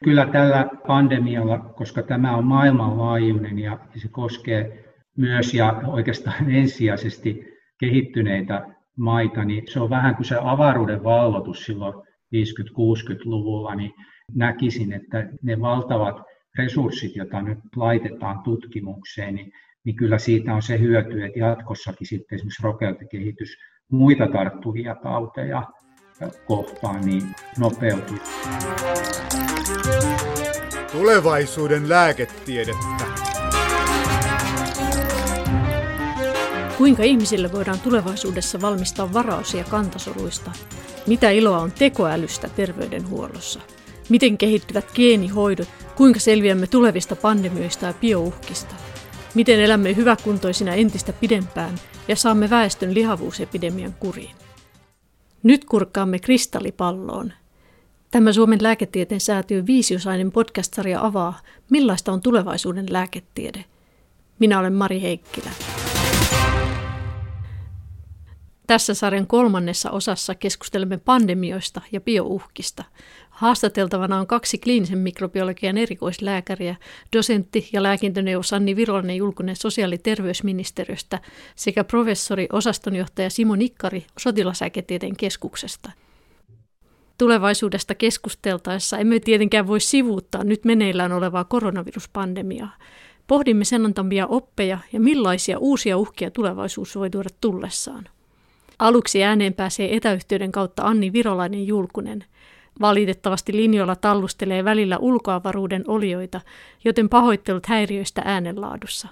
Kyllä tällä pandemialla, koska tämä on maailmanlaajuinen ja se koskee myös ja oikeastaan ensisijaisesti kehittyneitä maita, niin se on vähän kuin se avaruuden valloitus silloin 50-60-luvulla, niin näkisin, että ne valtavat resurssit, joita nyt laitetaan tutkimukseen, niin kyllä siitä on se hyöty, että jatkossakin sitten esimerkiksi rokottekehitys muita tarttuvia tauteja kohtaan niin nopeutuu. Tulevaisuuden lääketiedettä. Kuinka ihmisille voidaan tulevaisuudessa valmistaa varaosia kantasoluista? Mitä iloa on tekoälystä terveydenhuollossa? Miten kehittyvät geenihoidot? Kuinka selviämme tulevista pandemioista ja biouhkista? Miten elämme hyväkuntoisina entistä pidempään ja saamme väestön lihavuusepidemian kuriin? Nyt kurkkaamme kristallipalloon. Tämä Suomen lääketieteen säätiön 5-osainen podcast-sarja avaa, millaista on tulevaisuuden lääketiede. Minä olen Mari Heikkilä. Tässä sarjan 3. osassa keskustelemme pandemioista ja biouhkista. Haastateltavana on 2 kliinisen mikrobiologian erikoislääkäriä, dosentti ja lääkintöneuvos Anni Virolainen Julkunen sosiaali- ja terveysministeriöstä sekä professori osastonjohtaja Simo Nikkari Sotilaslääketieteen keskuksesta. Tulevaisuudesta keskusteltaessa emme tietenkään voi sivuuttaa nyt meneillään olevaa koronaviruspandemiaa. Pohdimme sen antamia oppeja ja millaisia uusia uhkia tulevaisuus voi tuoda tullessaan. Aluksi ääneen pääsee etäyhteyden kautta Anni Virolainen Julkunen. Valitettavasti linjoilla tallustelee välillä ulkoavaruuden olioita, joten pahoittelut häiriöistä äänenlaadussa.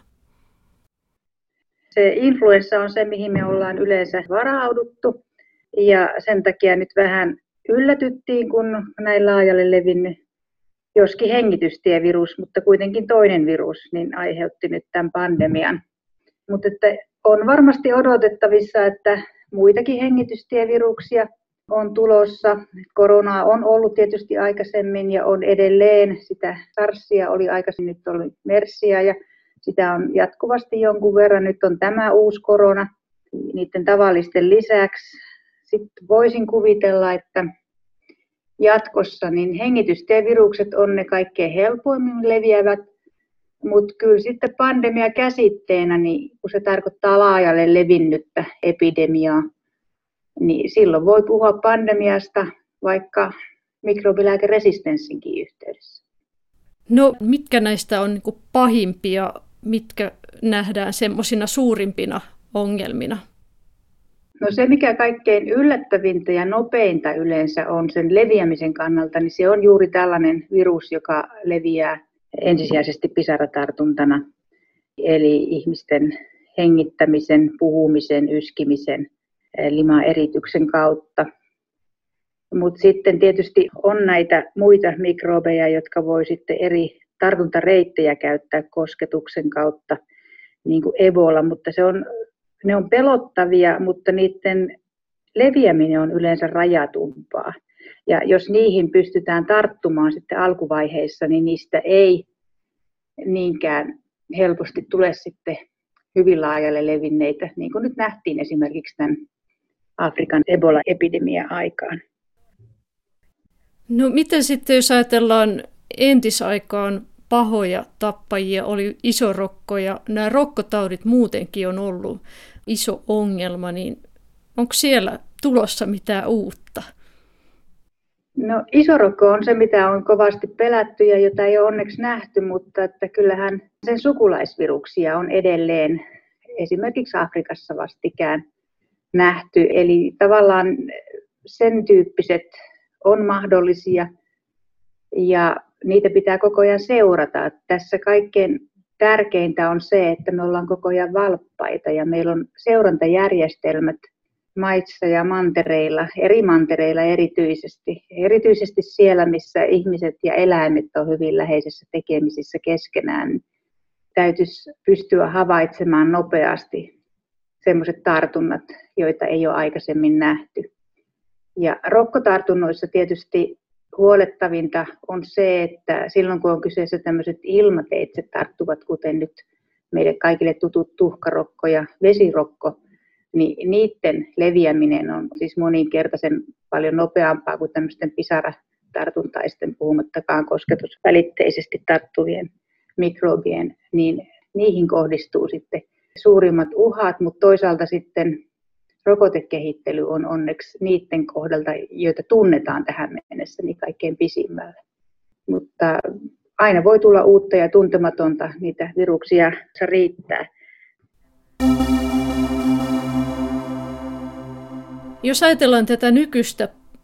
Se influenssa on se, mihin me ollaan yleensä varauduttu, ja sen takia nyt vähän yllätyttiin, kun näin laajalle levinnyt, joskin hengitystievirus, mutta kuitenkin toinen virus, niin aiheutti nyt tämän pandemian. Mutta on varmasti odotettavissa, että muitakin hengitystieviruksia on tulossa. Koronaa on ollut tietysti aikaisemmin ja on edelleen. Sitä SARSia oli aikaisemmin, nyt oli MERSiä ja sitä on jatkuvasti jonkun verran. Nyt on tämä uusi korona niiden tavallisten lisäksi. Sitten voisin kuvitella, että jatkossa niin hengitystievirukset on ne kaikkein helpoimmin leviävät, mutta kyllä sitten pandemia käsitteenä, niin kun se tarkoittaa laajalle levinnyttä epidemiaa, niin silloin voi puhua pandemiasta vaikka mikrobilääkeresistenssinkin yhteydessä. No mitkä näistä on niin pahimpia, mitkä nähdään semmoisina suurimpina ongelmina? No se, mikä kaikkein yllättävintä ja nopeinta yleensä on sen leviämisen kannalta, niin se on juuri tällainen virus, joka leviää ensisijaisesti pisaratartuntana, eli ihmisten hengittämisen, puhumisen, yskimisen, limaerityksen kautta. Mutta sitten tietysti on näitä muita mikrobeja, jotka voi sitten eri tartuntareittejä käyttää kosketuksen kautta, niin kuin Ebola, mutta ne on pelottavia, mutta niiden leviäminen on yleensä rajatumpaa. Ja jos niihin pystytään tarttumaan sitten alkuvaiheessa, niin niistä ei niinkään helposti tule sitten hyvin laajalle levinneitä, niin kuin nyt nähtiin esimerkiksi tämän Afrikan Ebola-epidemian aikaan. No miten sitten, jos ajatellaan entisaikaan pahoja tappajia, oli isorokko ja nämä rokkotaudit muutenkin on ollut iso ongelma, niin onko siellä tulossa mitään uutta? No isorokko on se, mitä on kovasti pelätty ja jota ei ole onneksi nähty, mutta että kyllähän sen sukulaisviruksia on edelleen esimerkiksi Afrikassa vastikään nähty. Eli tavallaan sen tyyppiset on mahdollisia ja niitä pitää koko ajan seurata. Tässä kaikkein tärkeintä on se, että me ollaan koko ajan valppaita ja meillä on seurantajärjestelmät maissa ja mantereilla, eri mantereilla erityisesti siellä, missä ihmiset ja eläimet on hyvin läheisessä tekemisissä keskenään. Täytyisi pystyä havaitsemaan nopeasti sellaiset tartunnat, joita ei ole aikaisemmin nähty. Ja rokkotartunnoissa tietysti huolettavinta on se, että silloin kun on kyseessä tämmöiset ilmateitse tarttuvat, kuten nyt meille kaikille tutut tuhkarokko ja vesirokko, niin niiden leviäminen on siis moninkertaisen paljon nopeampaa kuin tämmöisten tartuntaisten, puhumattakaan kosketusvälitteisesti tarttuvien mikrobien, niin niihin kohdistuu sitten suurimmat uhat, mutta toisaalta sitten rokotekehittely on onneksi niiden kohdalta, joita tunnetaan tähän mennessä, niin kaikkein pisimmällä. Mutta aina voi tulla uutta ja tuntematonta, niitä viruksia riittää. Jos ajatellaan tätä nykyistä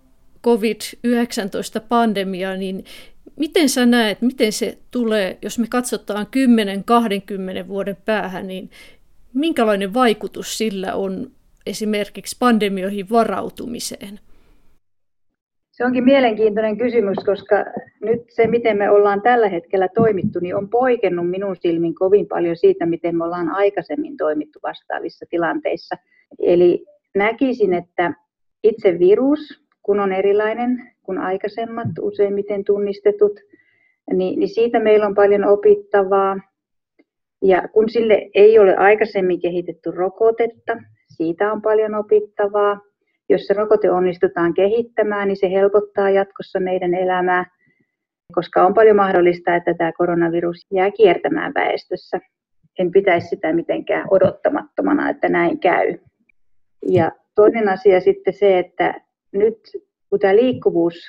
COVID-19-pandemiaa, niin miten sä näet, miten se tulee, jos me katsotaan 10-20 vuoden päähän, niin minkälainen vaikutus sillä on esimerkiksi pandemioihin varautumiseen? Se onkin mielenkiintoinen kysymys, koska nyt se, miten me ollaan tällä hetkellä toimittu, niin on poikennut minun silmin kovin paljon siitä, miten me ollaan aikaisemmin toimittu vastaavissa tilanteissa. Eli näkisin, että itse virus, kun on erilainen kuin aikaisemmat, useimmiten tunnistetut, niin siitä meillä on paljon opittavaa. Ja kun sille ei ole aikaisemmin kehitetty rokotetta, siitä on paljon opittavaa. Jos se rokote onnistutaan kehittämään, niin se helpottaa jatkossa meidän elämää, koska on paljon mahdollista, että tämä koronavirus jää kiertämään väestössä. En pitäisi sitä mitenkään odottamattomana, että näin käy. Ja toinen asia sitten se, että nyt kun tämä liikkuvuus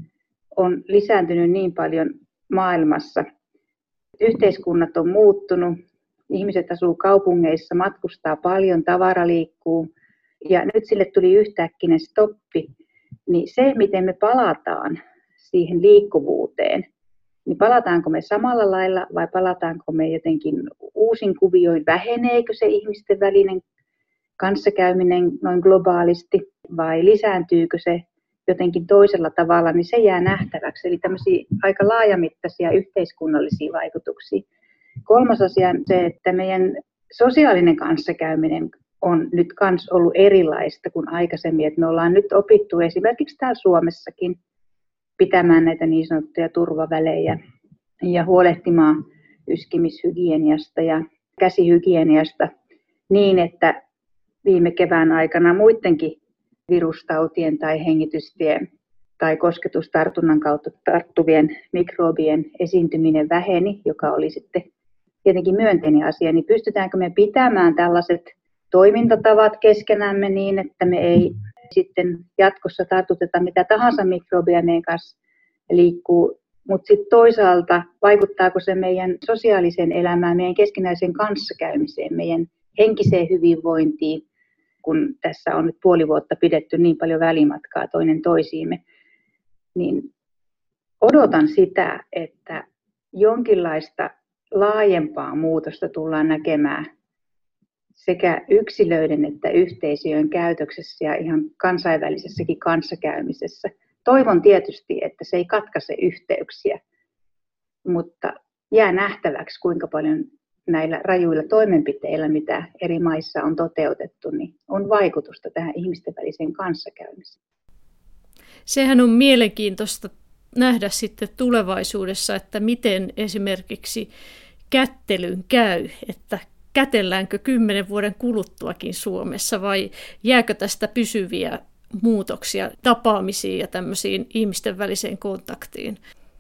on lisääntynyt niin paljon maailmassa, yhteiskunnat on muuttunut, ihmiset asuu kaupungeissa, matkustaa paljon, tavara liikkuu ja nyt sille tuli yhtäkkinen stoppi, niin se miten me palataan siihen liikkuvuuteen, niin palataanko me samalla lailla vai palataanko me jotenkin uusin kuvioin, väheneekö se ihmisten välinen kanssakäyminen noin globaalisti vai lisääntyykö se jotenkin toisella tavalla, niin se jää nähtäväksi. Eli tämmöisiä aika laajamittaisia yhteiskunnallisia vaikutuksia. Kolmas asia on se, että meidän sosiaalinen kanssakäyminen on nyt kans ollut erilaista kuin aikaisemmin. Että me ollaan nyt opittu esimerkiksi täällä Suomessakin pitämään näitä niin sanottuja turvavälejä ja huolehtimaan yskimishygieniasta ja käsihygieniasta niin, että viime kevään aikana muidenkin virustautien tai hengitystien tai kosketustartunnan kautta tarttuvien mikrobien esiintyminen väheni, joka oli sitten tietenkin myönteinen asia, niin pystytäänkö me pitämään tällaiset toimintatavat keskenämme niin, että me ei sitten jatkossa tartuteta mitä tahansa mikrobia meidän kanssa liikkuu, mutta sitten toisaalta vaikuttaako se meidän sosiaaliseen elämään, meidän keskinäiseen kanssakäymiseen, meidän henkiseen hyvinvointiin, kun tässä on nyt puoli vuotta pidetty niin paljon välimatkaa toinen toisiimme, niin odotan sitä, että jonkinlaista laajempaa muutosta tullaan näkemään sekä yksilöiden että yhteisöjen käytöksessä ja ihan kansainvälisessäkin kanssakäymisessä. Toivon tietysti, että se ei katkaise yhteyksiä, mutta jää nähtäväksi, kuinka paljon näillä rajuilla toimenpiteillä, mitä eri maissa on toteutettu, niin on vaikutusta tähän ihmisten väliseen kanssakäymiseen. Sehän on mielenkiintoista nähdä sitten tulevaisuudessa, että miten esimerkiksi kättelyn käy, että kätelläänkö 10 vuoden kuluttuakin Suomessa vai jääkö tästä pysyviä muutoksia tapaamisiin ja tämmöisiin ihmisten väliseen kontaktiin?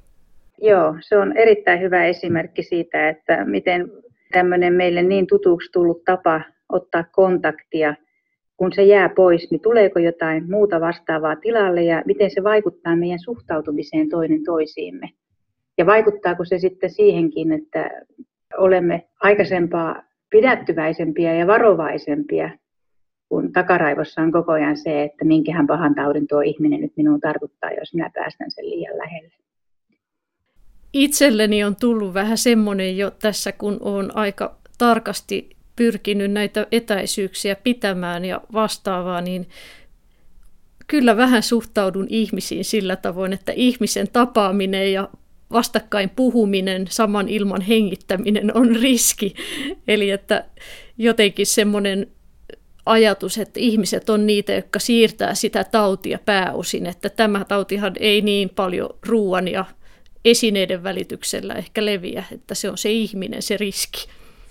Joo, se on erittäin hyvä esimerkki siitä, että miten tämmöinen meille niin tutuksi tullut tapa ottaa kontaktia, kun se jää pois, niin tuleeko jotain muuta vastaavaa tilalle ja miten se vaikuttaa meidän suhtautumiseen toinen toisiimme. Ja vaikuttaako se sitten siihenkin, että olemme aikaisempaa pidättyväisempiä ja varovaisempia, kun takaraivossa on koko ajan se, että minkähän pahan taudin tuo ihminen nyt minuun tartuttaa, jos minä päästän sen liian lähelle. Itselleni on tullut vähän semmoinen jo tässä, kun olen aika tarkasti pyrkinyt näitä etäisyyksiä pitämään ja vastaavaa, niin kyllä vähän suhtaudun ihmisiin sillä tavoin, että ihmisen tapaaminen ja vastakkain puhuminen, saman ilman hengittäminen on riski. Eli että jotenkin semmoinen ajatus, että ihmiset on niitä, jotka siirtää sitä tautia pääosin, että tämä tautihan ei niin paljon ruoan ja esineiden välityksellä ehkä leviä, että se on se ihminen, se riski.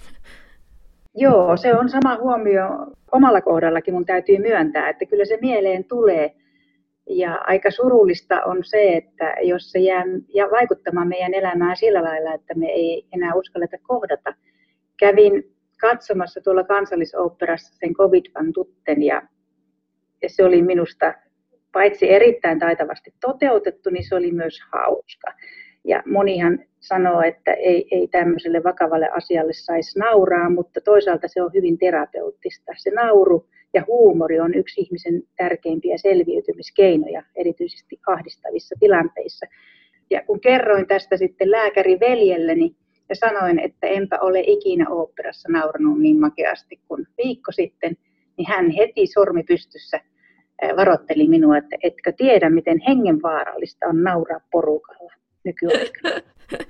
Joo, se on sama huomio omalla kohdallakin, mun täytyy myöntää, että kyllä se mieleen tulee, Ja aika surullista on se, että jos se jää vaikuttamaan meidän elämään sillä lailla, että me ei enää uskalleta kohdata. Kävin katsomassa tuolla Kansallisoopperassa sen Covid van Tutten ja se oli minusta paitsi erittäin taitavasti toteutettu, niin se oli myös hauska. Ja monihan sanoo, että ei tämmöiselle vakavalle asialle saisi nauraa, mutta toisaalta se on hyvin terapeuttista. Se nauru ja huumori on yksi ihmisen tärkeimpiä selviytymiskeinoja, erityisesti ahdistavissa tilanteissa. Ja kun kerroin tästä sitten lääkäriveljelleni ja sanoin, että enpä ole ikinä oopperassa nauranut niin makeasti kuin viikko sitten, niin hän heti sormi pystyssä varoitteli minua, että etkö tiedä, miten hengenvaarallista on nauraa porukalla nykyaikana.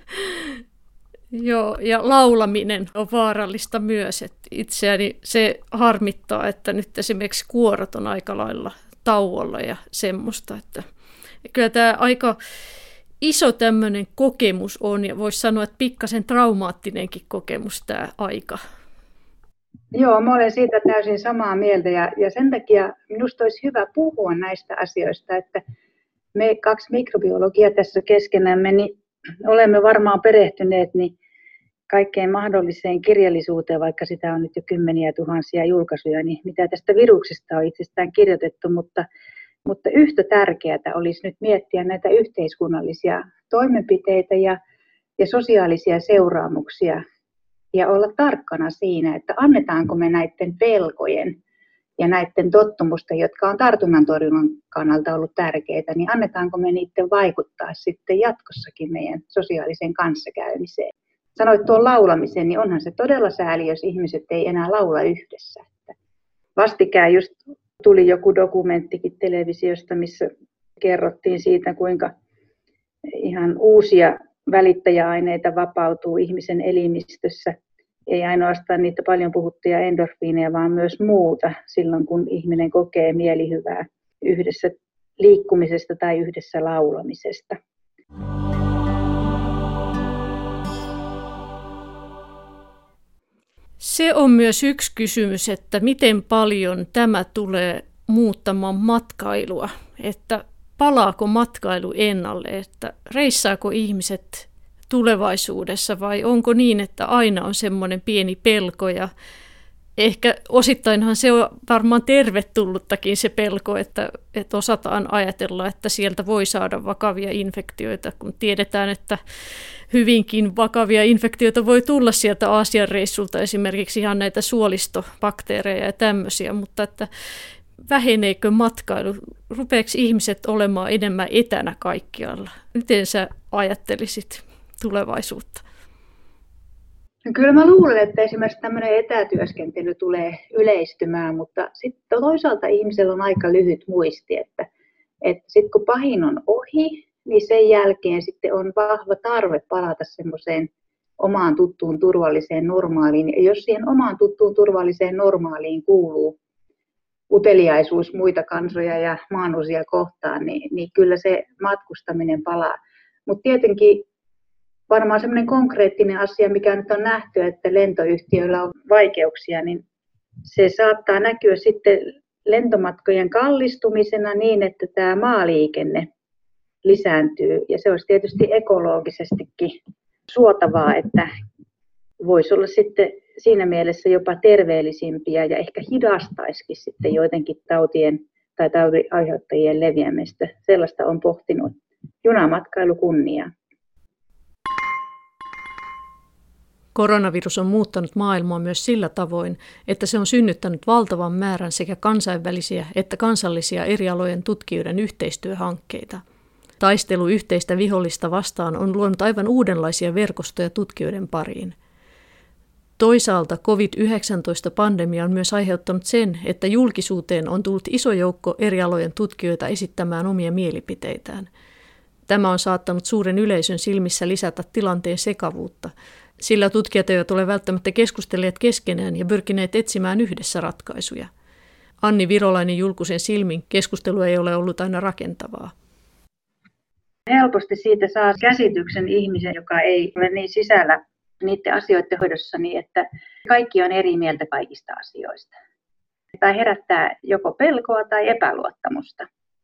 Joo, ja laulaminen on vaarallista myös. Että itseäni se harmittaa, että nyt esimerkiksi kuorot on aika lailla tauolla ja semmoista. Että kyllä tämä aika iso tämmöinen kokemus on, ja voisi sanoa, että pikkasen traumaattinenkin kokemus tämä aika. Joo, mä olen siitä täysin samaa mieltä ja sen takia minusta olisi hyvä puhua näistä asioista, että me kaksi mikrobiologia tässä keskenämme, niin olemme varmaan perehtyneet niin kaikkeen mahdolliseen kirjallisuuteen, vaikka sitä on nyt jo kymmeniä tuhansia julkaisuja, niin mitä tästä viruksesta on itsestään kirjoitettu, mutta yhtä tärkeää olisi nyt miettiä näitä yhteiskunnallisia toimenpiteitä ja sosiaalisia seuraamuksia ja olla tarkkana siinä, että annetaanko me näiden pelkojen ja näiden tottumusten, jotka on tartunnan torjunnan kannalta ollut tärkeitä, niin annetaanko me niiden vaikuttaa sitten jatkossakin meidän sosiaaliseen kanssakäymiseen. Sanoit tuon laulamisen, niin onhan se todella sääli, jos ihmiset ei enää laula yhdessä. Vastikään just tuli joku dokumenttikin televisiosta, missä kerrottiin siitä, kuinka ihan uusia välittäjäaineita vapautuu ihmisen elimistössä. Ei ainoastaan niitä paljon puhuttuja endorfiineja, vaan myös muuta silloin, kun ihminen kokee mielihyvää yhdessä liikkumisesta tai yhdessä laulamisesta. Se on myös yksi kysymys, että miten paljon tämä tulee muuttamaan matkailua, että palaako matkailu ennalle, että reissaako ihmiset tulevaisuudessa vai onko niin, että aina on semmoinen pieni pelko ja ehkä osittainhan se on varmaan tervetulluttakin se pelko, että osataan ajatella, että sieltä voi saada vakavia infektioita, kun tiedetään, että hyvinkin vakavia infektioita voi tulla sieltä Aasian reissulta, esimerkiksi ihan näitä suolistobakteereja ja tämmöisiä, mutta että väheneekö matkailu? Rupeeko ihmiset olemaan enemmän etänä kaikkialla? Miten sä ajattelisit tulevaisuutta? No kyllä mä luulen, että esimerkiksi tämmöinen etätyöskentely tulee yleistymään, mutta sitten toisaalta ihmisellä on aika lyhyt muisti, että sitten kun pahin on ohi, niin sen jälkeen sitten on vahva tarve palata semmoiseen omaan tuttuun turvalliseen normaaliin. Ja jos siihen omaan tuttuun turvalliseen normaaliin kuuluu uteliaisuus muita kansoja ja maanosia kohtaan, niin kyllä se matkustaminen palaa. Mutta tietenkin varmaan semmoinen konkreettinen asia, mikä nyt on nähty, että lentoyhtiöillä on vaikeuksia, niin se saattaa näkyä sitten lentomatkojen kallistumisena niin, että tämä maaliikenne lisääntyy. Ja se olisi tietysti ekologisestikin suotavaa, että voisi olla sitten siinä mielessä jopa terveellisimpiä ja ehkä hidastaisikin sitten joidenkin tautien tai taudin aiheuttajien leviämistä. Sellaista on pohtinut junamatkailu kunniaa. Koronavirus on muuttanut maailmaa myös sillä tavoin, että se on synnyttänyt valtavan määrän sekä kansainvälisiä että kansallisia eri alojen tutkijoiden yhteistyöhankkeita. Taistelu yhteistä vihollista vastaan on luonut aivan uudenlaisia verkostoja tutkijoiden pariin. Toisaalta COVID-19-pandemia on myös aiheuttanut sen, että julkisuuteen on tullut iso joukko eri alojen tutkijoita esittämään omia mielipiteitään. Tämä on saattanut suuren yleisön silmissä lisätä tilanteen sekavuutta, sillä tutkijat eivät ole välttämättä keskustelleet keskenään ja pyrkineet etsimään yhdessä ratkaisuja. Anni Virolainen Julkusen silmin keskustelu ei ole ollut aina rakentavaa. Helposti siitä saa käsityksen ihmisen, joka ei ole niin sisällä niiden asioiden hoidossa, niin että kaikki on eri mieltä kaikista asioista. Tai herättää joko pelkoa tai epäluottamusta.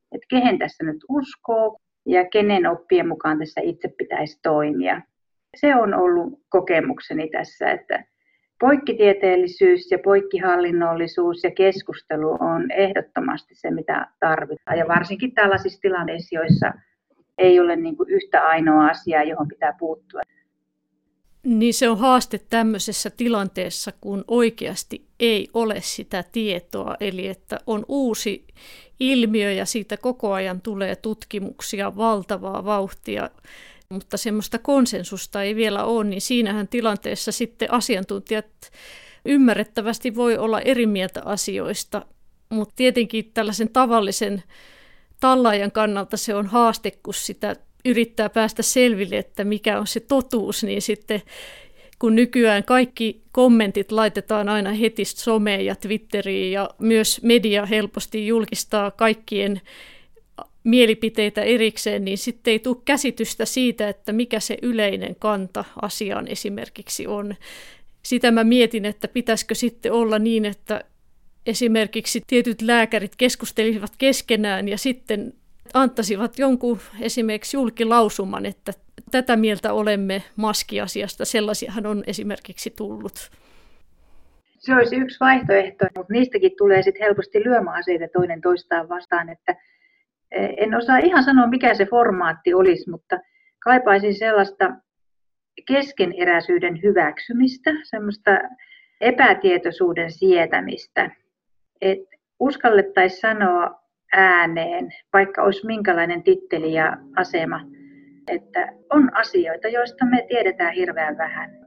että kehen tässä nyt uskoo ja kenen oppien mukaan tässä itse pitäisi toimia. Se on ollut kokemukseni tässä, että poikkitieteellisyys ja poikkihallinnollisuus ja keskustelu on ehdottomasti se, mitä tarvitaan. Ja varsinkin tällaisissa tilanteissa, joissa ei ole niin kuin yhtä ainoa asiaa, johon pitää puuttua. Niin se on haaste tämmöisessä tilanteessa, kun oikeasti ei ole sitä tietoa, eli että on uusi ilmiö ja siitä koko ajan tulee tutkimuksia, valtavaa vauhtia, mutta semmoista konsensusta ei vielä ole, niin siinähän tilanteessa sitten asiantuntijat ymmärrettävästi voi olla eri mieltä asioista, mutta tietenkin tällaisen tavallisen tallaajan kannalta se on haaste, kun sitä yrittää päästä selville, että mikä on se totuus, niin sitten kun nykyään kaikki kommentit laitetaan aina heti someen ja Twitteriin ja myös media helposti julkistaa kaikkien mielipiteitä erikseen, niin sitten ei tule käsitystä siitä, että mikä se yleinen kanta asiaan esimerkiksi on. Sitä mä mietin, että pitäisikö sitten olla niin, että esimerkiksi tietyt lääkärit keskustelisivat keskenään ja sitten antaisivat jonkun esimerkiksi julkilausuman, että tätä mieltä olemme maskiasiasta. Sellaisiahan on esimerkiksi tullut. Se olisi yksi vaihtoehto, mutta niistäkin tulee sitten helposti lyömäaseita toinen toistaan vastaan. Että en osaa ihan sanoa, mikä se formaatti olisi, mutta kaipaisin sellaista keskeneräisyyden hyväksymistä, semmoista epätietoisuuden sietämistä, että uskallettaisiin sanoa ääneen, vaikka olisi minkälainen titteli ja asema, että on asioita, joista me tiedetään hirveän vähän.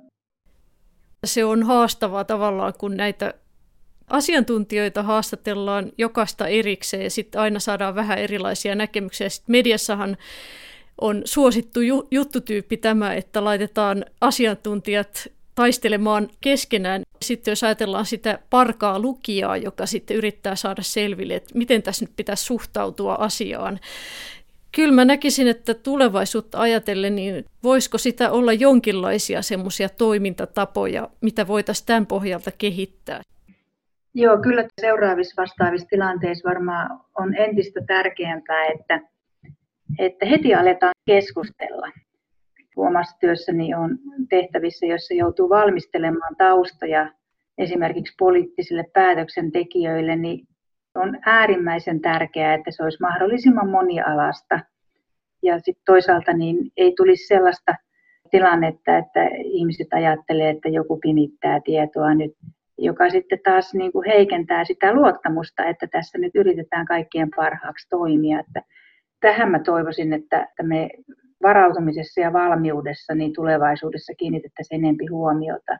Se on haastavaa tavallaan, kun näitä asiantuntijoita haastatellaan jokaista erikseen ja sitten aina saadaan vähän erilaisia näkemyksiä. Sitten mediassahan on suosittu juttutyyppi tämä, että laitetaan asiantuntijat taistelemaan keskenään. Sitten jos ajatellaan sitä parkaa lukijaa, joka sitten yrittää saada selville, että miten tässä nyt pitäisi suhtautua asiaan. Kyllä mä näkisin, että tulevaisuutta ajatellen, niin voisiko sitä olla jonkinlaisia semmoisia toimintatapoja, mitä voitaisiin tämän pohjalta kehittää? Joo, kyllä seuraavissa vastaavissa tilanteissa varmaan on entistä tärkeämpää, että heti aletaan keskustella. Omassa työssäni on tehtävissä, joissa joutuu valmistelemaan taustoja esimerkiksi poliittisille päätöksentekijöille, niin on äärimmäisen tärkeää, että se olisi mahdollisimman monialaista. Ja sitten toisaalta niin ei tulisi sellaista tilannetta, että ihmiset ajattelee, että joku pimittää tietoa nyt, joka sitten taas niin kuin heikentää sitä luottamusta, että tässä nyt yritetään kaikkien parhaaksi toimia. Että tähän mä toivoisin, että me varautumisessa ja valmiudessa niin tulevaisuudessa kiinnitettäisiin enemmän huomiota.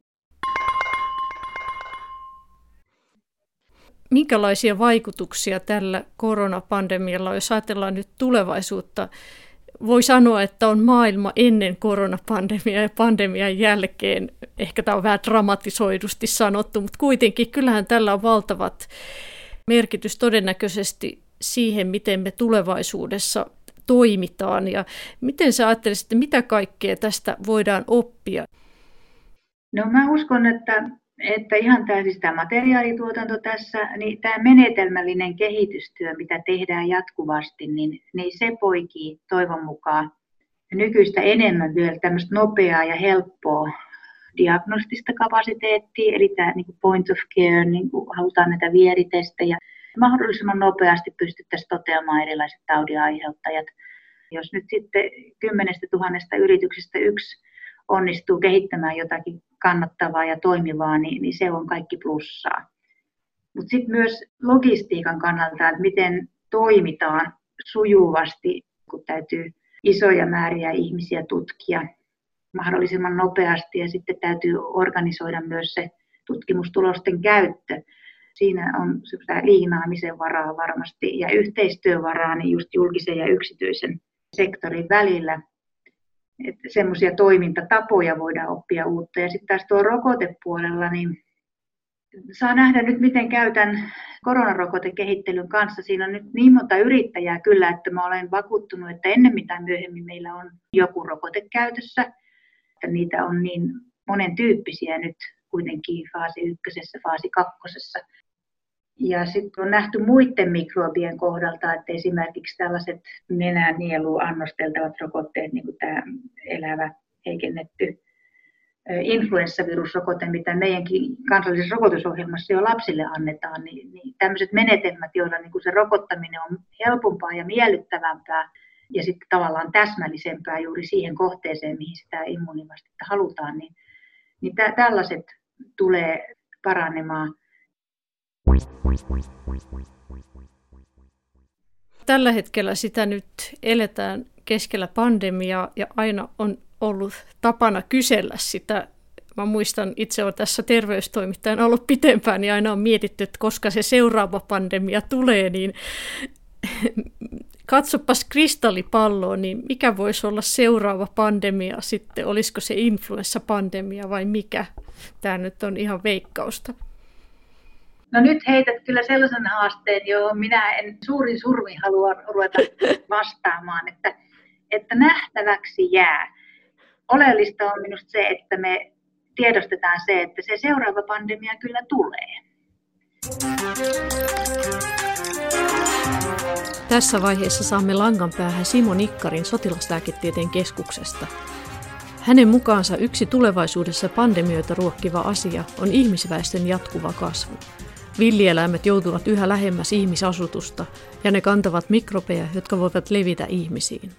Minkälaisia vaikutuksia tällä koronapandemialla, jos ajatellaan nyt tulevaisuutta, voi sanoa, että on maailma ennen koronapandemiaa ja pandemian jälkeen. Ehkä tämä on vähän dramatisoidusti sanottu, mutta kuitenkin kyllähän tällä on valtavat merkitys todennäköisesti siihen, miten me tulevaisuudessa toimitaan. Ja miten sä ajattelisit, mitä kaikkea tästä voidaan oppia? No mä uskon, että ihan tämä materiaalituotanto tässä, niin tämä menetelmällinen kehitystyö, mitä tehdään jatkuvasti, niin se poikii toivon mukaan nykyistä enemmän vielä tämmöistä nopeaa ja helppoa diagnostista kapasiteettia, eli tämä niin kuin point of care, niin kuin halutaan näitä vieritestejä. Mahdollisimman nopeasti pystyttäisiin toteamaan erilaiset taudin aiheuttajat. Jos nyt sitten 10 000 yrityksestä yksi onnistuu kehittämään jotakin kannattavaa ja toimivaa, niin se on kaikki plussaa. Mutta sitten myös logistiikan kannalta, että miten toimitaan sujuvasti, kun täytyy isoja määriä ihmisiä tutkia mahdollisimman nopeasti ja sitten täytyy organisoida myös se tutkimustulosten käyttö. Siinä on liinaamisen varaa varmasti ja yhteistyövaraa niin just julkisen ja yksityisen sektorin välillä. Että semmoisia toimintatapoja voidaan oppia uutta. Ja sitten taas tuo rokotepuolella, niin saa nähdä nyt, miten käytän koronarokotekehittelyn kanssa. Siinä on nyt niin monta yrittäjää kyllä, että mä olen vakuuttunut, että ennemmin tai myöhemmin meillä on joku rokote käytössä. Että niitä on niin monen tyyppisiä nyt kuitenkin faasi 1, faasi 2. Ja sitten on nähty muiden mikrobien kohdalta, että esimerkiksi tällaiset nenänieluun annosteltavat rokotteet, niin kuin tämä elävä heikennetty influenssavirusrokote, mitä meidänkin kansallisessa rokotusohjelmassa jo lapsille annetaan, niin tämmöiset menetelmät, joilla niin kuin se rokottaminen on helpompaa ja miellyttävämpää ja sitten tavallaan täsmällisempää juuri siihen kohteeseen, mihin sitä immuunivastetta halutaan, niin tällaiset tulee paranemaan. Tällä hetkellä sitä nyt eletään keskellä pandemiaa ja aina on ollut tapana kysellä sitä. Mä muistan, itse olen tässä terveystoimittajana ollut pitempään, niin aina on mietitty, että koska se seuraava pandemia tulee, niin katsopas kristallipalloon, niin mikä voisi olla seuraava pandemia sitten? Olisiko se influenssapandemia vai mikä? Tämä nyt on ihan veikkausta. No nyt heität kyllä sellaisen haasteen, johon minä en suurin surmi halua ruveta vastaamaan, että nähtäväksi jää. Oleellista on minusta se, että me tiedostetaan se, että se seuraava pandemia kyllä tulee. Tässä vaiheessa saamme langan päähän Simo Nikkarin Sotilaslääketieteen keskuksesta. Hänen mukaansa yksi tulevaisuudessa pandemioita ruokkiva asia on ihmisväestön jatkuva kasvu. Villieläimet joutuvat yhä lähemmäs ihmisasutusta ja ne kantavat mikrobeja, jotka voivat levitä ihmisiin.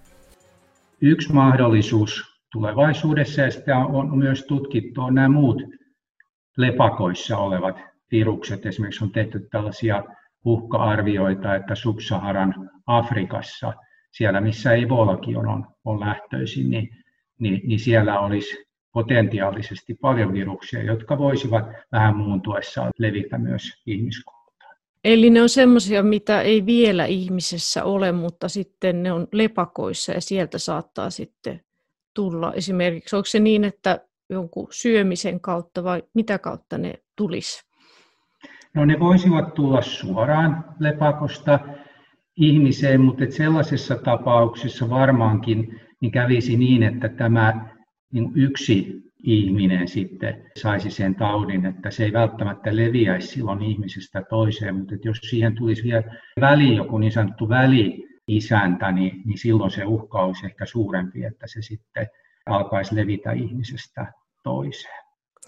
Yksi mahdollisuus tulevaisuudessa, ja sitä on myös tutkittu, on nämä muut lepakoissa olevat virukset. Esimerkiksi on tehty tällaisia uhka-arvioita, että Sub-Saharan Afrikassa, siellä missä Ebolakin on lähtöisin, niin siellä olisi potentiaalisesti paljon viruksia, jotka voisivat vähän muuntuessaan levitä myös ihmiskuntaan. Eli ne on semmoisia, mitä ei vielä ihmisessä ole, mutta sitten ne on lepakoissa ja sieltä saattaa sitten tulla. Esimerkiksi onko se niin, että jonkun syömisen kautta vai mitä kautta ne tulisi? No ne voisivat tulla suoraan lepakosta ihmiseen, mutta sellaisessa tapauksessa varmaankin niin kävisi niin, että tämä niin yksi ihminen sitten saisi sen taudin, että se ei välttämättä leviäisi silloin ihmisestä toiseen, mutta jos siihen tulisi vielä joku niin sanottu väli-isäntä, niin silloin se uhka olisi ehkä suurempi, että se sitten alkaisi levitä ihmisestä toiseen.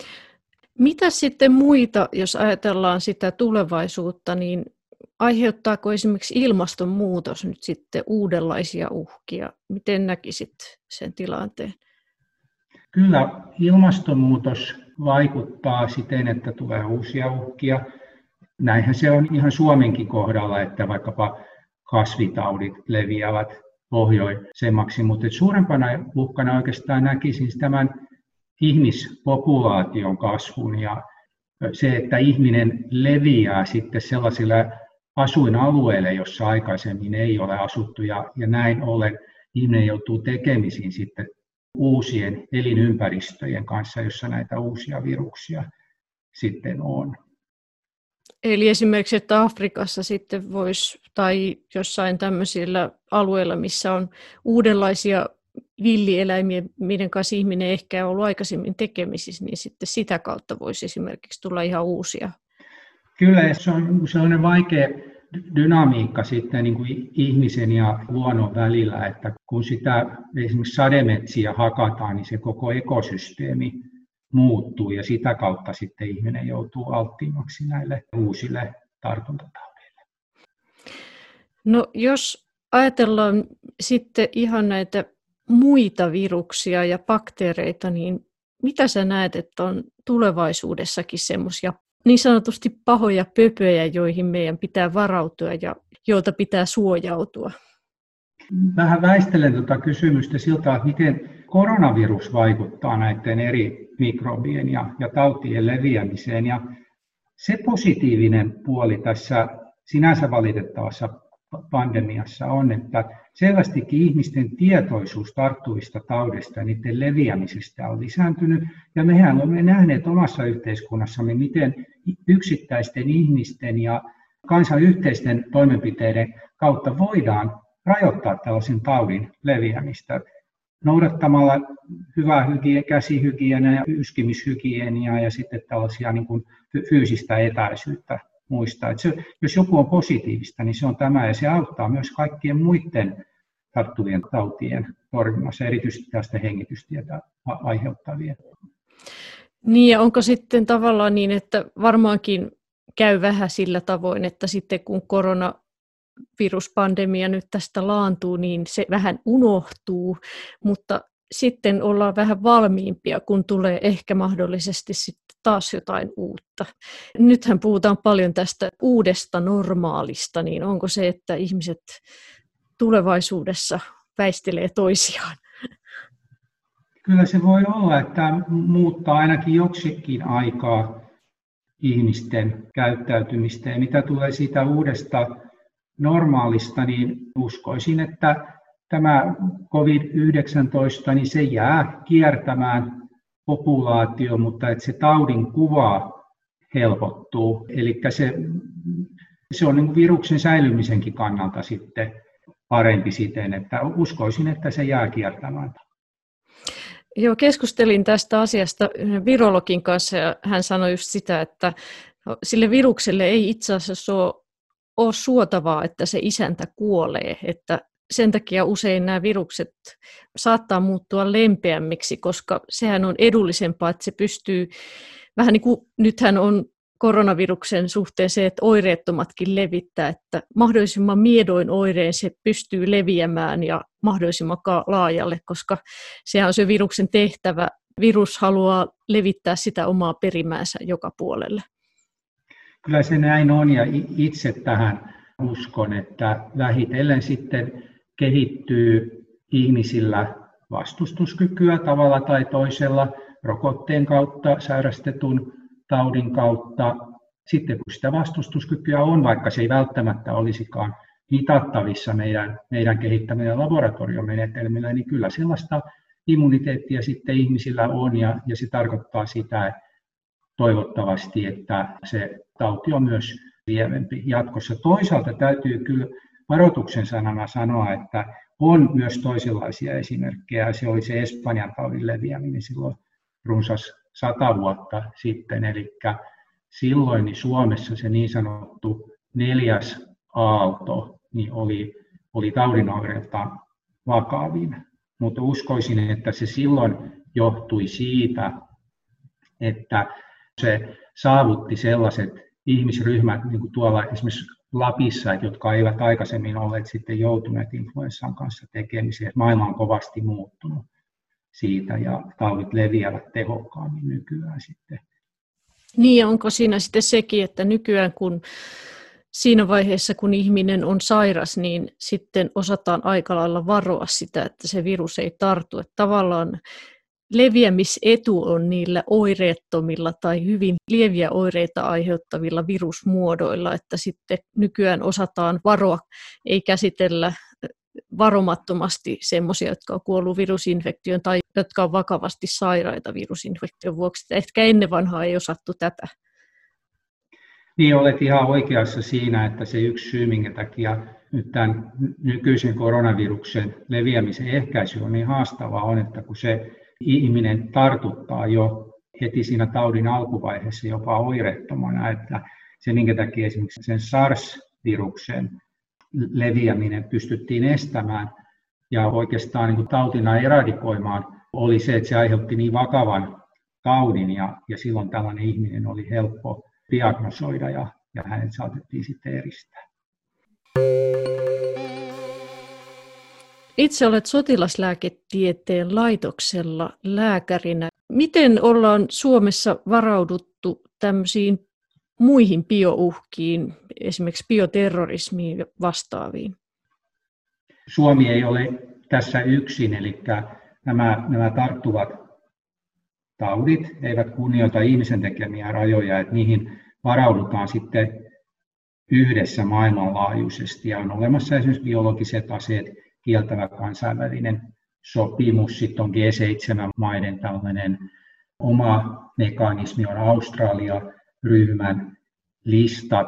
Mitä sitten muita, jos ajatellaan sitä tulevaisuutta, niin aiheuttaako esimerkiksi ilmastonmuutos nyt sitten uudenlaisia uhkia? Miten näkisit sen tilanteen? Kyllä ilmastonmuutos vaikuttaa siten, että tulee uusia uhkia. Näinhän se on ihan Suomenkin kohdalla, että vaikkapa kasvitaudit leviävät pohjoisemmaksi, mutta suurempana uhkana oikeastaan näkisin tämän ihmispopulaation kasvun ja se, että ihminen leviää sitten sellaisille asuinalueille, jossa aikaisemmin ei ole asuttu ja näin ollen ihminen joutuu tekemisiin sitten uusien elinympäristöjen kanssa, jossa näitä uusia viruksia sitten on. Eli esimerkiksi, että Afrikassa sitten voisi, tai jossain tämmöisillä alueilla, missä on uudenlaisia villieläimiä, meidän kanssa ihminen ehkä on ollut aikaisemmin tekemisissä, niin sitten sitä kautta voisi esimerkiksi tulla ihan uusia. Kyllä, se on sellainen vaikea dynamiikka sitten niin kuin ihmisen ja luonnon välillä, että kun sitä esimerkiksi sademetsiä hakataan, niin se koko ekosysteemi muuttuu ja sitä kautta sitten ihminen joutuu alttiimmaksi näille uusille tartuntataudeille. No jos ajatellaan sitten ihan näitä muita viruksia ja bakteereita, niin mitä sä näet, että on tulevaisuudessakin semmoisia niin sanotusti pahoja pöpöjä, joihin meidän pitää varautua ja joilta pitää suojautua? Vähän väistelen tuota kysymystä siltä, että miten koronavirus vaikuttaa näiden eri mikrobien ja tautien leviämiseen. Ja se positiivinen puoli tässä sinänsä valitettavassa pandemiassa on, että selvästikin ihmisten tietoisuus tarttuvista taudeista ja niiden leviämisestä on lisääntynyt. Ja mehän olemme nähneet omassa yhteiskunnassamme, miten yksittäisten ihmisten ja kansan yhteisten toimenpiteiden kautta voidaan rajoittaa tällaisen taudin leviämistä noudattamalla hyvää käsihygieniaa ja yskimishygieniaa ja sitten tällaisia niin kuin fyysistä etäisyyttä muistaa. Että jos joku on positiivista, niin se on tämä, ja se auttaa myös kaikkien muiden tarttuvien tautien torjunnassa, erityisesti tästä hengitystietä aiheuttavia. Niin, ja onko sitten tavallaan niin, että varmaankin käy vähän sillä tavoin, että sitten kun koronaviruspandemia nyt tästä laantuu, niin se vähän unohtuu, mutta sitten ollaan vähän valmiimpia, kun tulee ehkä mahdollisesti sitten taas jotain uutta. Nythän puhutaan paljon tästä uudesta normaalista, niin onko se, että ihmiset tulevaisuudessa väistelee toisiaan? Kyllä se voi olla, että muuttaa ainakin joksikin aikaa ihmisten käyttäytymistä. Ja mitä tulee siitä uudesta normaalista, niin uskoisin, että tämä COVID-19, niin se jää kiertämään populaatio, mutta että se taudin kuva helpottuu. Eli se on niin kuin viruksen säilymisenkin kannalta sitten parempi siten, että uskoisin, että se jää kiertämään. Joo, keskustelin tästä asiasta virologin kanssa ja hän sanoi just sitä, että sille virukselle ei itse asiassa ole suotavaa, että se isäntä kuolee, että sen takia usein nämä virukset saattaa muuttua lempeämmiksi, koska sehän on edullisempaa, että se pystyy, vähän niin kuin nythän on koronaviruksen suhteen se, että oireettomatkin levittää, että mahdollisimman miedoin oireen se pystyy leviämään ja mahdollisimman laajalle, koska sehän on se viruksen tehtävä. Virus haluaa levittää sitä omaa perimäänsä joka puolelle. Kyllä se näin on ja itse tähän uskon, että vähitellen sitten kehittyy ihmisillä vastustuskykyä tavalla tai toisella rokotteen kautta, sairastetun taudin kautta. Sitten kun sitä vastustuskykyä on, vaikka se ei välttämättä olisikaan mitattavissa meidän kehittämillä laboratoriomenetelmillä, niin kyllä sellaista immuniteettia sitten ihmisillä on ja se tarkoittaa sitä toivottavasti, että se tauti on myös lievempi jatkossa. Toisaalta täytyy kyllä varoituksen sanana sanoa, että on myös toisenlaisia esimerkkejä. Se oli se Espanjan taudin leviäminen silloin runsas 100 vuotta sitten, eli silloin niin Suomessa se niin sanottu 4. aalto niin oli taudin oireiltaan vakavin, mutta uskoisin, että se silloin johtui siitä, että se saavutti sellaiset ihmisryhmät, niin kuin tuolla esimerkiksi Lapissa, jotka eivät aikaisemmin olleet sitten joutuneet influenssan kanssa tekemiseen. Maailma on kovasti muuttunut siitä ja taudit leviävät tehokkaammin nykyään sitten. Niin, onko siinä sitten sekin, että nykyään kun siinä vaiheessa, kun ihminen on sairas, niin sitten osataan aika lailla varoa sitä, että se virus ei tartu. Että tavallaan leviämisetu on niillä oireettomilla tai hyvin lieviä oireita aiheuttavilla virusmuodoilla, että sitten nykyään osataan varoa, ei käsitellä varomattomasti semmoisia, jotka on kuollut virusinfektioon tai jotka on vakavasti sairaita virusinfektion vuoksi. Ehkä ennen vanhaa ei osattu tätä. Niin, olet ihan oikeassa siinä, että se yksi syy, minkä takia nyt tämän nykyisen koronaviruksen leviämisen ehkäisy on niin haastavaa, on, että kun se ihminen tartuttaa jo heti siinä taudin alkuvaiheessa jopa oireettomana, että se minkä takia esimerkiksi sen SARS-viruksen leviäminen pystyttiin estämään ja oikeastaan niin kuin tautina eradikoimaan, oli se, että se aiheutti niin vakavan taudin ja silloin tällainen ihminen oli helppo diagnosoida ja hänet saatettiin sitten eristää. Itse olet sotilaslääketieteen laitoksella lääkärinä. Miten ollaan Suomessa varauduttu tämmöisiin muihin biouhkiin, esimerkiksi bioterrorismiin vastaaviin? Suomi ei ole tässä yksin, eli nämä tarttuvat taudit eivät kunnioita ihmisen tekemiä rajoja, että niihin varaudutaan sitten yhdessä maailmanlaajuisesti. Ja on olemassa esimerkiksi biologiset aseet kieltävä kansainvälinen sopimus, sitten on G7-maiden tällainen oma mekanismi, on Australia-ryhmän listat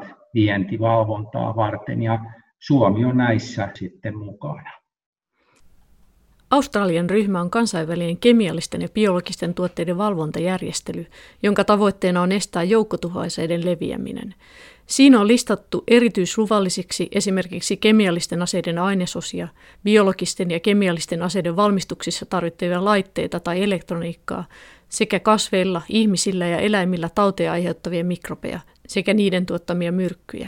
vientivalvontaa varten, ja Suomi on näissä sitten mukana. Australian ryhmä on kansainvälinen kemiallisten ja biologisten tuotteiden valvontajärjestely, jonka tavoitteena on estää joukkotuhoaseiden leviäminen. Siinä on listattu erityisluvalllisiksi esimerkiksi kemiallisten aseiden ainesosia, biologisten ja kemiallisten aseiden valmistuksissa tarvittavia laitteita tai elektroniikkaa, sekä kasveilla, ihmisillä ja eläimillä tauteja aiheuttavia mikrobeja sekä niiden tuottamia myrkkyjä.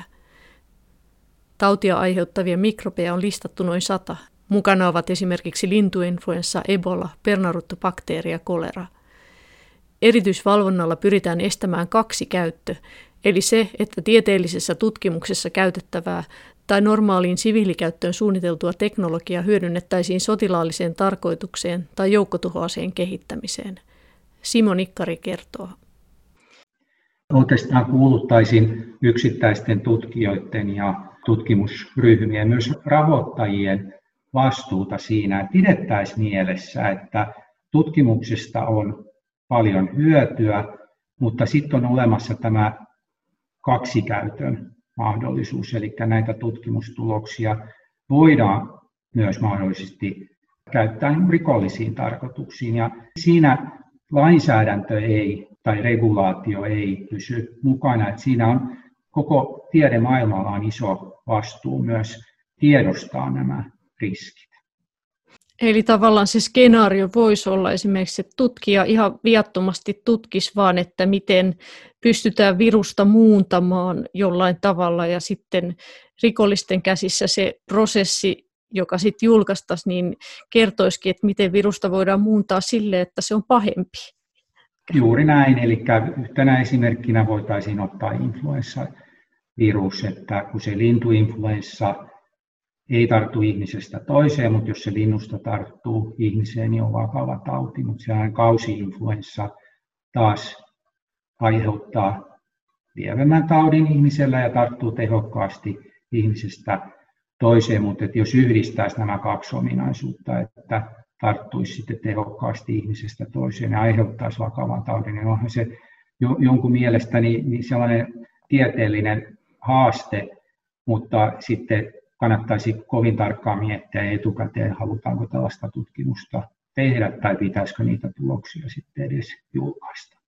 Tautia aiheuttavia mikrobeja on listattu noin 100. Mukana ovat esimerkiksi lintuinfluenssa, ebola, pernaruttobakteeri ja kolera. Erityisvalvonnalla pyritään estämään kaksikäyttö, eli se, että tieteellisessä tutkimuksessa käytettävää tai normaaliin siviilikäyttöön suunniteltua teknologiaa hyödynnettäisiin sotilaalliseen tarkoitukseen tai joukkotuhoaseen kehittämiseen. Simo Nikkari kertoo. Oikeastaan kuuluttaisin yksittäisten tutkijoiden ja tutkimusryhmien ja myös rahoittajien vastuuta siinä, että pidettäisiin mielessä, että tutkimuksesta on paljon hyötyä, mutta sitten on olemassa tämä kaksikäytön mahdollisuus, eli näitä tutkimustuloksia voidaan myös mahdollisesti käyttää rikollisiin tarkoituksiin, ja siinä lainsäädäntö ei tai regulaatio ei pysy mukana, että siinä on koko tiedemaailmalla on iso vastuu myös tiedostaa nämä riskit. Eli tavallaan se skenaario voisi olla esimerkiksi, että tutkija ihan viattomasti tutkisi vaan, että miten pystytään virusta muuntamaan jollain tavalla ja sitten rikollisten käsissä se prosessi, joka sitten julkaistaisiin, niin kertoisikin, että miten virusta voidaan muuntaa sille, että se on pahempi. Juuri näin, eli yhtenä esimerkkinä voitaisiin ottaa influenssavirus, että kun se lintuinfluenssa ei tarttu ihmisestä toiseen, mutta jos se linnusta tarttuu ihmiseen, niin on vakava tauti, mutta sehän kausi-influenssa taas aiheuttaa lievemmän taudin ihmisellä ja tarttuu tehokkaasti ihmisestä toiseen, mutta jos yhdistäisi nämä kaksi ominaisuutta, että tarttuisi sitten tehokkaasti ihmisestä toiseen ja aiheuttaisi vakavan taudin, niin onhan se jonkun mielestä niin sellainen tieteellinen haaste, mutta sitten kannattaisi kovin tarkkaan miettiä etukäteen, halutaanko tällaista tutkimusta tehdä tai pitäisikö niitä tuloksia sitten edes julkaista.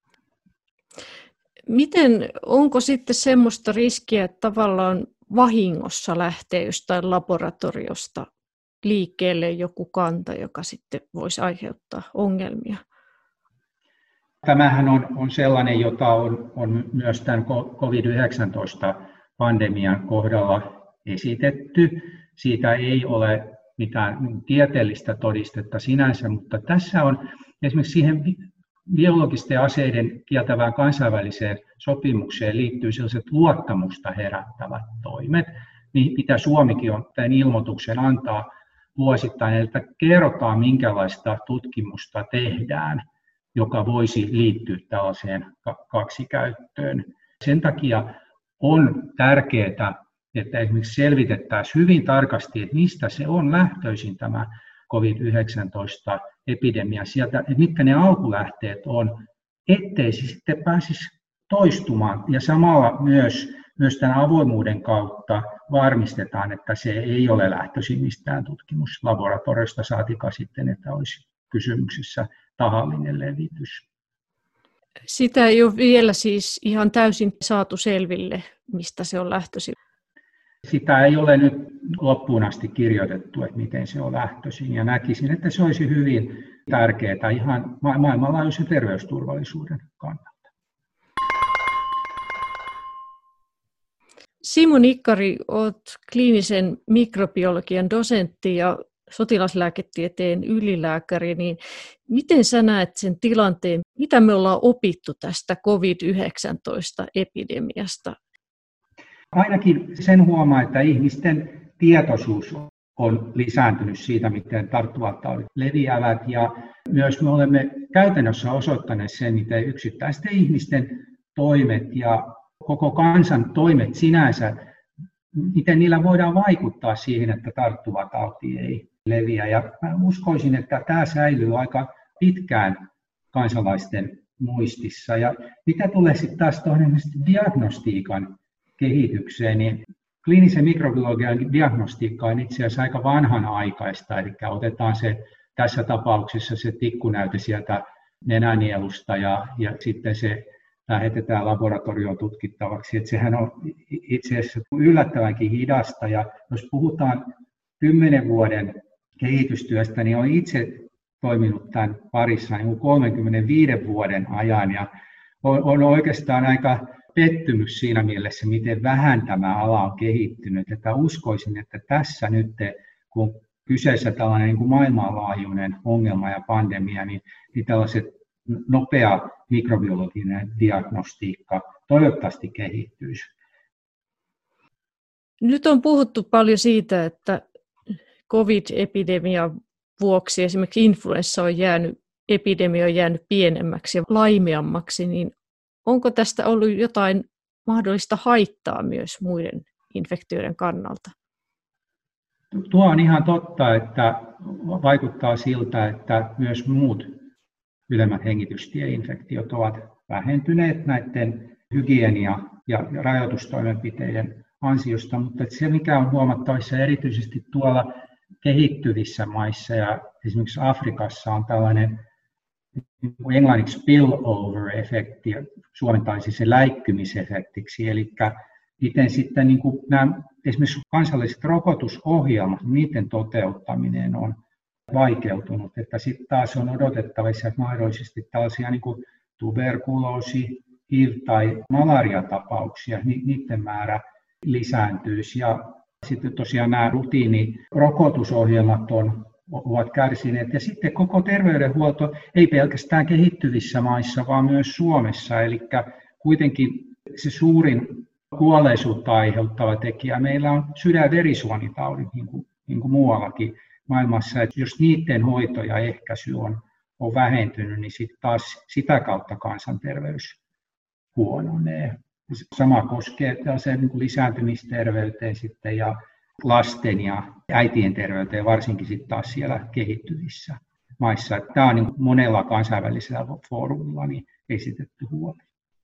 Onko sitten semmoista riskiä, että tavallaan vahingossa lähtee jostain laboratoriosta liikkeelle joku kanta, joka sitten voisi aiheuttaa ongelmia? Tämähän on sellainen, jota on myös tämän COVID-19-pandemian kohdalla esitetty. Siitä ei ole mitään tieteellistä todistetta sinänsä, mutta tässä on esimerkiksi siihen biologisten aseiden kieltävään kansainväliseen sopimukseen liittyy sellaiset luottamusta herättävät toimet, mitä Suomikin on tämän ilmoituksen antaa vuosittain, että kerrotaan minkälaista tutkimusta tehdään, joka voisi liittyä tällaiseen kaksikäyttöön. Sen takia on tärkeää, että esimerkiksi selvitettäisiin hyvin tarkasti, että mistä se on lähtöisin tämä COVID-19-epidemia sieltä, että mitkä ne alkulähteet on, ettei se sitten pääsisi toistumaan. Ja samalla myös tämän avoimuuden kautta varmistetaan, että se ei ole lähtöisin mistään tutkimuslaboratoriosta, saatika sitten, että olisi kysymyksessä tahallinen levitys. Sitä ei ole vielä siis ihan täysin saatu selville, mistä se on lähtöisin. Sitä ei ole nyt loppuun asti kirjoitettu, että miten se on lähtöisin, ja näkisin, että se olisi hyvin tärkeää ihan maailmanlaajuisen terveysturvallisuuden kannalta. Simo Nikkari, olet kliinisen mikrobiologian dosentti ja sotilaslääketieteen ylilääkäri, niin miten sä näet sen tilanteen, mitä me ollaan opittu tästä COVID-19-epidemiasta? Ainakin sen huomaa, että ihmisten tietoisuus on lisääntynyt siitä, miten tarttuvat taudit leviävät, ja myös me olemme käytännössä osoittaneet sen, miten yksittäisten ihmisten toimet ja koko kansan toimet sinänsä, miten niillä voidaan vaikuttaa siihen, että tarttuva tauti ei leviä. Ja mä uskoisin, että tämä säilyy aika pitkään kansalaisten muistissa. Ja mitä tulee sitten taas tuohon diagnostiikan kehitykseen, niin kliinisen mikrobiologian diagnostiikka on itse asiassa aika vanhanaikaista, eli otetaan se tässä tapauksessa se tikkunäyte sieltä nenänielusta ja sitten se lähetetään laboratorioon tutkittavaksi. Että sehän on itse asiassa yllättävänkin hidasta, ja jos puhutaan 10 vuoden kehitystyöstä, niin olen itse toiminut tämän parissa niin 35 vuoden ajan, ja on oikeastaan aika pettymys siinä mielessä, miten vähän tämä ala on kehittynyt. Että uskoisin, että tässä nyt, kun kyseessä tällainen niin kuin maailmanlaajuinen ongelma ja pandemia, niin tällaiset nopea mikrobiologinen diagnostiikka toivottavasti kehittyisi. Nyt on puhuttu paljon siitä, että COVID-epidemian vuoksi esimerkiksi epidemia on jäänyt pienemmäksi ja laimeammaksi, niin onko tästä ollut jotain mahdollista haittaa myös muiden infektioiden kannalta? Tuo on ihan totta, että vaikuttaa siltä, että myös muut ylemmät hengitystieinfektiot ovat vähentyneet näiden hygienia- ja rajoitustoimenpiteiden ansiosta, mutta se mikä on huomattavissa erityisesti tuolla kehittyvissä maissa ja esimerkiksi Afrikassa on tällainen englanniksi spillover-efekti, suomentaisi se läikkymisefektiksi, eli miten sitten niin kuin nämä esimerkiksi kansalliset rokotusohjelmat, niiden toteuttaminen on vaikeutunut, että sitten taas on odotettavissa, että mahdollisesti tällaisia niin kuin tuberkuloosi, HIV- tai malariatapauksia, niiden määrä lisääntyisi. Ja sitten tosiaan nämä rutiinirokotusohjelmat ovat kärsineet. Ja sitten koko terveydenhuolto ei pelkästään kehittyvissä maissa, vaan myös Suomessa. Eli kuitenkin se suurin kuolleisuutta aiheuttava tekijä meillä on sydän- ja verisuonitaudit, niin kuin muuallakin maailmassa. Että jos niiden hoito ja ehkäisy on vähentynyt, niin sitten taas sitä kautta kansanterveys huononee. Sama koskee niin kuin lisääntymisterveyteen sitten ja lasten ja äitien terveyteen, varsinkin sitten taas siellä kehittyvissä maissa. Tämä on niin kuin monella kansainvälisellä foorumilla niin esitetty huoli.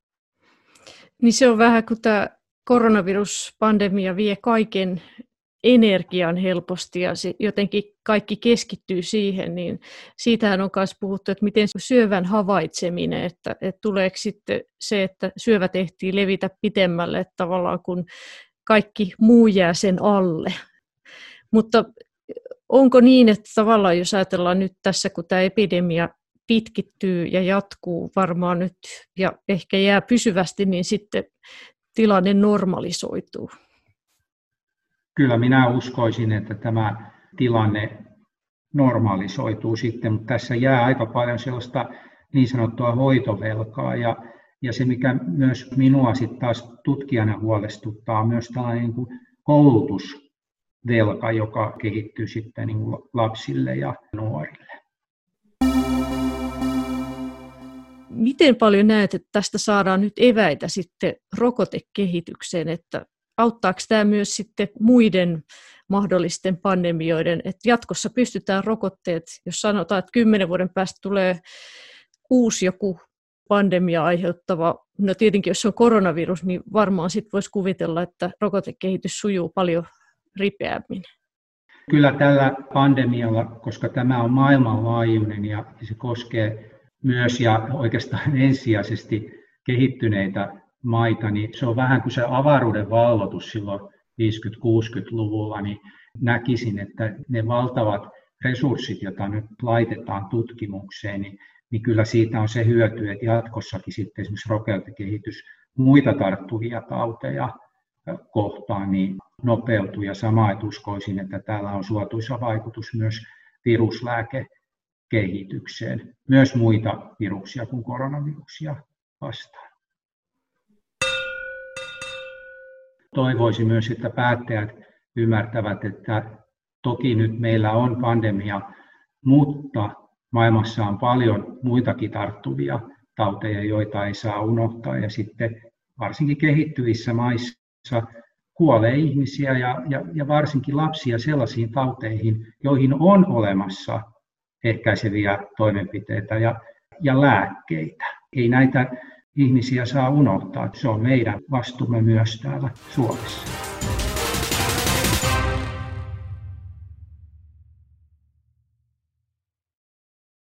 Niin se on vähän kuin tämä koronaviruspandemia vie kaiken energian helposti ja jotenkin kaikki keskittyy siihen, niin siitähän on myös puhuttu, että miten syövän havaitseminen, että tuleeko sitten se, että syövät ehtii levitä pitemmälle, että tavallaan kun kaikki muu jää sen alle. Mutta onko niin, että tavallaan jos ajatellaan nyt tässä, kun tämä epidemia pitkittyy ja jatkuu varmaan nyt ja ehkä jää pysyvästi, niin sitten tilanne normalisoituu? Kyllä minä uskoisin, että tämä tilanne normalisoituu sitten, mutta tässä jää aika paljon sellaista niin sanottua hoitovelkaa. Ja se, mikä myös minua sitten taas tutkijana huolestuttaa, on myös tällainen niin kuin koulutusvelka, joka kehittyy sitten niin kuin lapsille ja nuorille. Miten paljon näet, että tästä saadaan nyt eväitä sitten rokotekehitykseen, että auttaako tämä myös sitten muiden mahdollisten pandemioiden, että jatkossa pystytään rokotteet, jos sanotaan, että 10 vuoden päästä tulee uusi joku pandemia aiheuttava, no tietenkin jos se on koronavirus, niin varmaan sitten voisi kuvitella, että rokotekehitys sujuu paljon ripeämmin. Kyllä tällä pandemialla, koska tämä on maailmanlaajuinen ja se koskee myös ja oikeastaan ensisijaisesti kehittyneitä maita, niin se on vähän kuin se avaruuden valloitus silloin 50-60-luvulla, niin näkisin, että ne valtavat resurssit, joita nyt laitetaan tutkimukseen, niin kyllä siitä on se hyöty, että jatkossakin sitten esimerkiksi rokotekehitys muita tarttuvia tauteja kohtaan niin nopeutuu ja samaa, että uskoisin, että täällä on suotuisa vaikutus myös viruslääkekehitykseen, myös muita viruksia kuin koronaviruksia vastaan. Toivoisin myös, että päättäjät ymmärtävät, että toki nyt meillä on pandemia, mutta maailmassa on paljon muitakin tarttuvia tauteja, joita ei saa unohtaa. Ja sitten varsinkin kehittyvissä maissa kuolee ihmisiä ja varsinkin lapsia sellaisiin tauteihin, joihin on olemassa ehkäiseviä toimenpiteitä ja lääkkeitä. Ei näitä ihmisiä saa unohtaa. Se on meidän vastuumme myös täällä Suomessa.